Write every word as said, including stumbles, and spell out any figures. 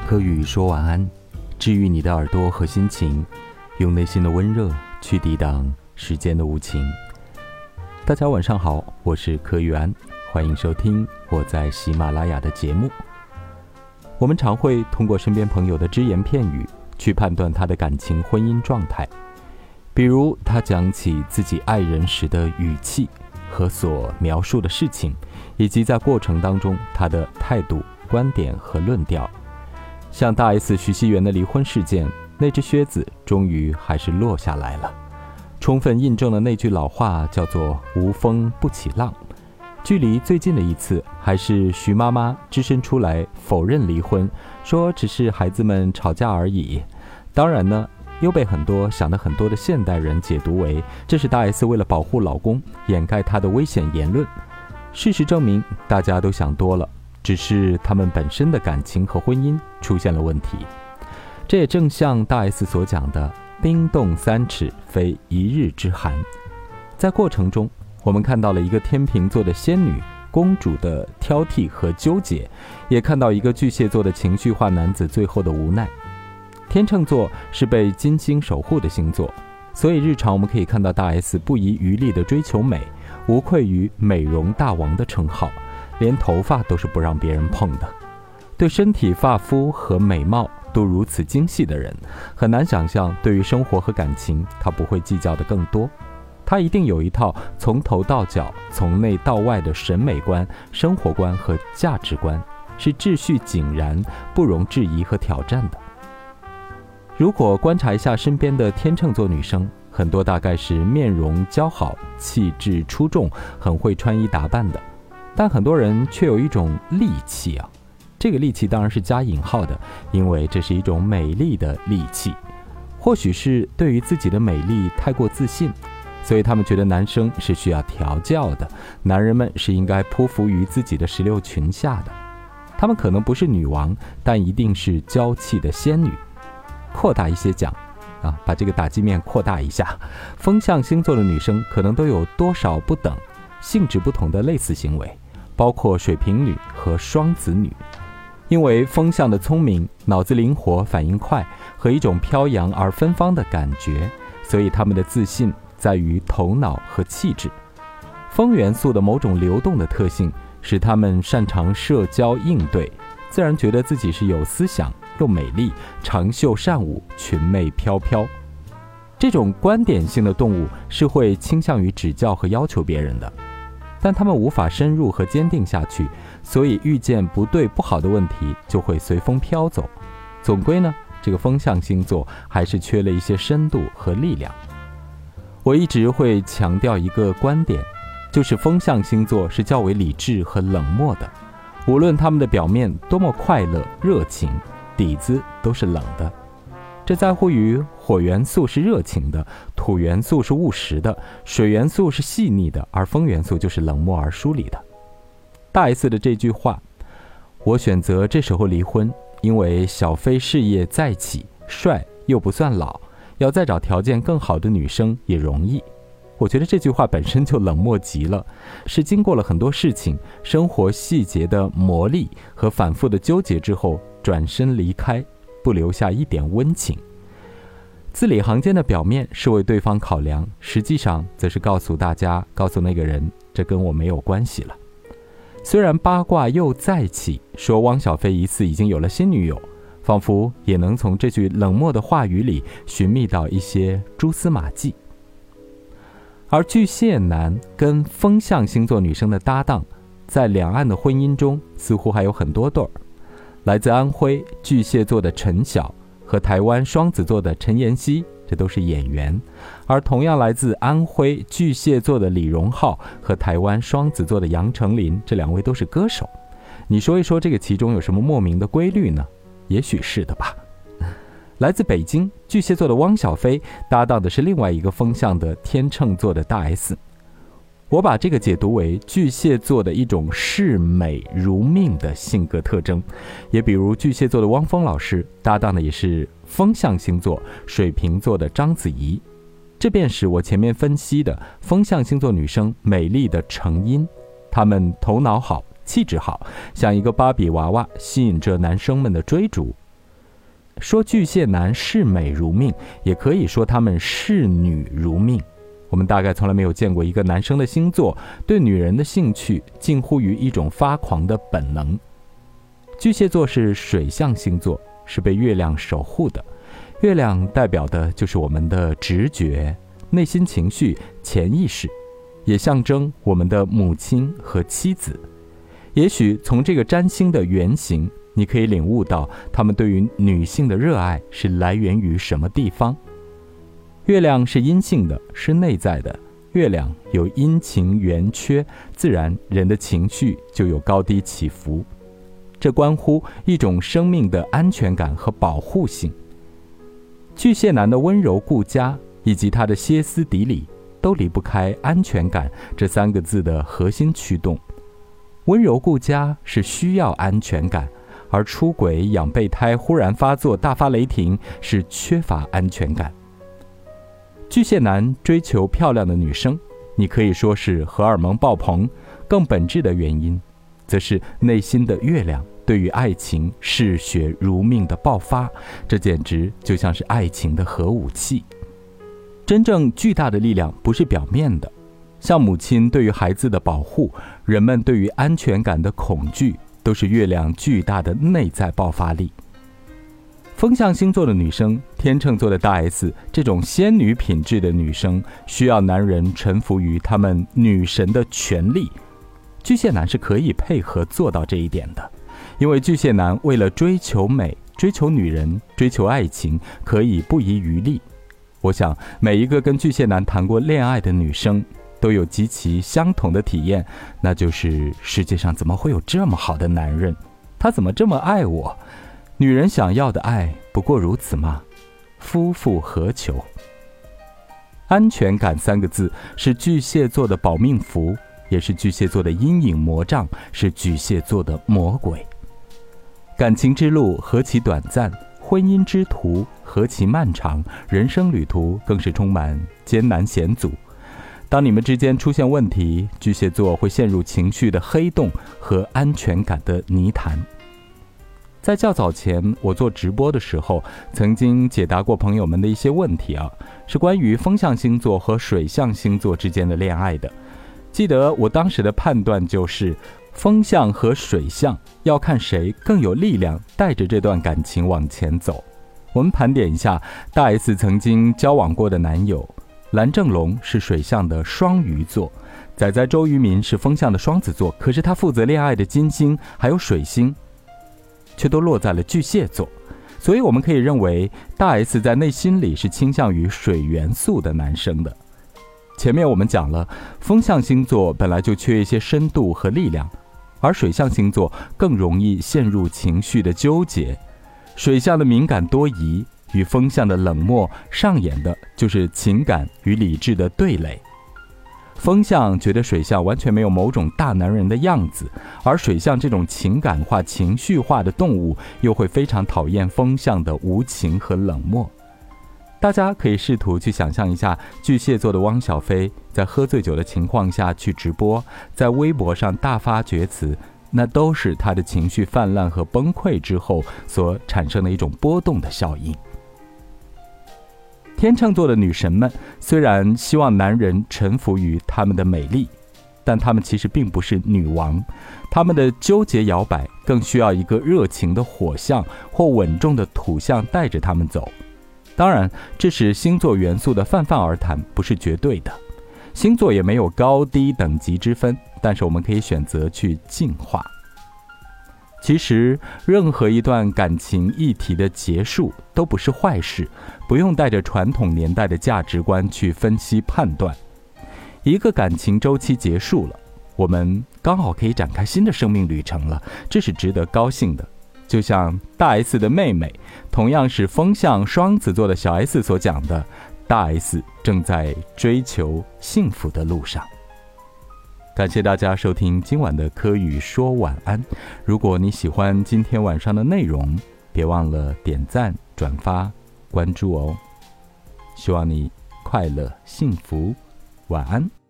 柯宇说晚安，治愈你的耳朵和心情，用内心的温热去抵挡时间的无情。大家晚上好，我是柯宇安，欢迎收听我在喜马拉雅的节目。我们常会通过身边朋友的只言片语去判断他的感情婚姻状态，比如他讲起自己爱人时的语气和所描述的事情，以及在过程当中他的态度、观点和论调。像大 S 徐熙媛的离婚事件，那只靴子终于还是落下来了，充分印证了那句老话，叫做无风不起浪。距离最近的一次还是徐妈妈只身出来否认离婚，说只是孩子们吵架而已。当然呢，又被很多想得很多的现代人解读为这是大 S 为了保护老公掩盖她的危险言论。事实证明，大家都想多了，只是他们本身的感情和婚姻出现了问题。这也正像大 S 所讲的，冰冻三尺非一日之寒。在过程中，我们看到了一个天秤座的仙女公主的挑剔和纠结，也看到一个巨蟹座的情绪化男子最后的无奈。天秤座是被金星守护的星座，所以日常我们可以看到大 S 不遗余力地追求美，无愧于美容大王的称号，连头发都是不让别人碰的。对身体发肤和美貌都如此精细的人，很难想象对于生活和感情他不会计较的更多。他一定有一套从头到脚从内到外的审美观、生活观和价值观，是秩序井然，不容置疑和挑战的。如果观察一下身边的天秤座女生，很多大概是面容姣好、气质出众、很会穿衣打扮的，但很多人却有一种戾气啊。这个戾气当然是加引号的，因为这是一种美丽的戾气。或许是对于自己的美丽太过自信，所以他们觉得男生是需要调教的，男人们是应该匍匐于自己的石榴裙下的。他们可能不是女王，但一定是娇气的仙女。扩大一些讲啊，把这个打击面扩大一下，风象星座的女生可能都有多少不等、性质不同的类似行为，包括水瓶女和双子女。因为风象的聪明、脑子灵活、反应快和一种飘扬而芬芳的感觉，所以他们的自信在于头脑和气质。风元素的某种流动的特性使他们擅长社交应对，自然觉得自己是有思想又美丽，长袖善舞，裙袂飘飘。这种观点性的动物是会倾向于指教和要求别人的，但他们无法深入和坚定下去，所以遇见不对不好的问题就会随风飘走。总归呢，这个风象星座还是缺了一些深度和力量。我一直会强调一个观点，就是风象星座是较为理智和冷漠的，无论他们的表面多么快乐热情，底子都是冷的。这在乎于火元素是热情的，土元素是务实的，水元素是细腻的，而风元素就是冷漠而疏离的。大 S 的这句话，我选择这时候离婚，因为小飞事业再起，帅又不算老，要再找条件更好的女生也容易。我觉得这句话本身就冷漠极了，是经过了很多事情、生活细节的磨砺和反复的纠结之后转身离开，不留下一点温情。字里行间的表面是为对方考量，实际上则是告诉大家，告诉那个人，这跟我没有关系了。虽然八卦又再起，说汪小菲疑似已经有了新女友，仿佛也能从这句冷漠的话语里寻觅到一些蛛丝马迹。而巨蟹男跟风象星座女生的搭档，在两岸的婚姻中似乎还有很多对儿。来自安徽巨蟹座的陈晓和台湾双子座的陈妍希，这都是演员。而同样来自安徽巨蟹座的李荣浩和台湾双子座的杨丞琳，这两位都是歌手。你说一说这个其中有什么莫名的规律呢？也许是的吧。来自北京巨蟹座的汪小菲搭档的是另外一个风象的天秤座的大 S。 我把这个解读为巨蟹座的一种视美如命的性格特征。也比如巨蟹座的汪峰老师搭档的也是风象星座水瓶座的章子怡，这便是我前面分析的风象星座女生美丽的成因。她们头脑好，气质好，像一个芭比娃娃，吸引着男生们的追逐。 说巨蟹男视美如命，也可以说他们视女如命。我们大概从来没有见过一个男生的星座对女人的兴趣近乎于一种发狂的本能。巨蟹座是水象星座，是被月亮守护的。月亮代表的就是我们的直觉、内心情绪、潜意识，也象征我们的母亲和妻子。也许从这个占星的原型，你可以领悟到他们对于女性的热爱是来源于什么地方。月亮是阴性的，是内在的。月亮有阴晴圆缺，自然人的情绪就有高低起伏。这关乎一种生命的安全感和保护性。巨蟹男的温柔顾家以及他的歇斯底里，都离不开安全感这三个字的核心驱动。温柔顾家是需要安全感，而出轨、养备胎、忽然发作、大发雷霆是缺乏安全感。巨蟹男追求漂亮的女生，你可以说是荷尔蒙爆棚，更本质的原因，则是内心的月亮对于爱情嗜血如命的爆发，这简直就像是爱情的核武器。真正巨大的力量不是表面的，像母亲对于孩子的保护，人们对于安全感的恐惧，都是月亮巨大的内在爆发力。风象星座的女生，天秤座的大 S 这种仙女品质的女生，需要男人臣服于她们女神的权利。巨蟹男是可以配合做到这一点的，因为巨蟹男为了追求美、追求女人、追求爱情，可以不遗余力。我想每一个跟巨蟹男谈过恋爱的女生，都有极其相同的体验，那就是世界上怎么会有这么好的男人？他怎么这么爱我？女人想要的爱不过如此吗？夫复何求？安全感三个字是巨蟹座的保命符，也是巨蟹座的阴影魔障，是巨蟹座的魔鬼。感情之路何其短暂，婚姻之途何其漫长，人生旅途更是充满艰难险阻。当你们之间出现问题，巨蟹座会陷入情绪的黑洞和安全感的泥潭。在较早前我做直播的时候，曾经解答过朋友们的一些问题啊，是关于风象星座和水象星座之间的恋爱的。记得我当时的判断就是，风象和水象要看谁更有力量带着这段感情往前走。我们盘点一下大 S 曾经交往过的男友，蓝正龙是水象的双鱼座，仔仔周渝民是风象的双子座，可是他负责恋爱的金星还有水星却都落在了巨蟹座，所以我们可以认为大 S 在内心里是倾向于水元素的男生的。前面我们讲了，风象星座本来就缺一些深度和力量，而水象星座更容易陷入情绪的纠结。水象的敏感多疑，与风象的冷漠，上演的就是情感与理智的对垒。风象觉得水象完全没有某种大男人的样子，而水象这种情感化、情绪化的动物又会非常讨厌风象的无情和冷漠。大家可以试图去想象一下，巨蟹座的汪小菲在喝醉酒的情况下去直播，在微博上大发厥词，那都是他的情绪泛滥和崩溃之后所产生的一种波动的效应。天秤座的女神们虽然希望男人臣服于她们的美丽，但她们其实并不是女王，她们的纠结摇摆更需要一个热情的火象或稳重的土象带着她们走。当然，这是星座元素的泛泛而谈，不是绝对的。星座也没有高低等级之分，但是我们可以选择去进化。其实任何一段感情议题的结束都不是坏事，不用带着传统年代的价值观去分析判断。一个感情周期结束了，我们刚好可以展开新的生命旅程了，这是值得高兴的。就像大 S 的妹妹，同样是风象双子座的小 S 所讲的，大 S 正在追求幸福的路上。感谢大家收听今晚的科语说晚安。如果你喜欢今天晚上的内容，别忘了点赞、转发、关注哦。希望你快乐幸福，晚安。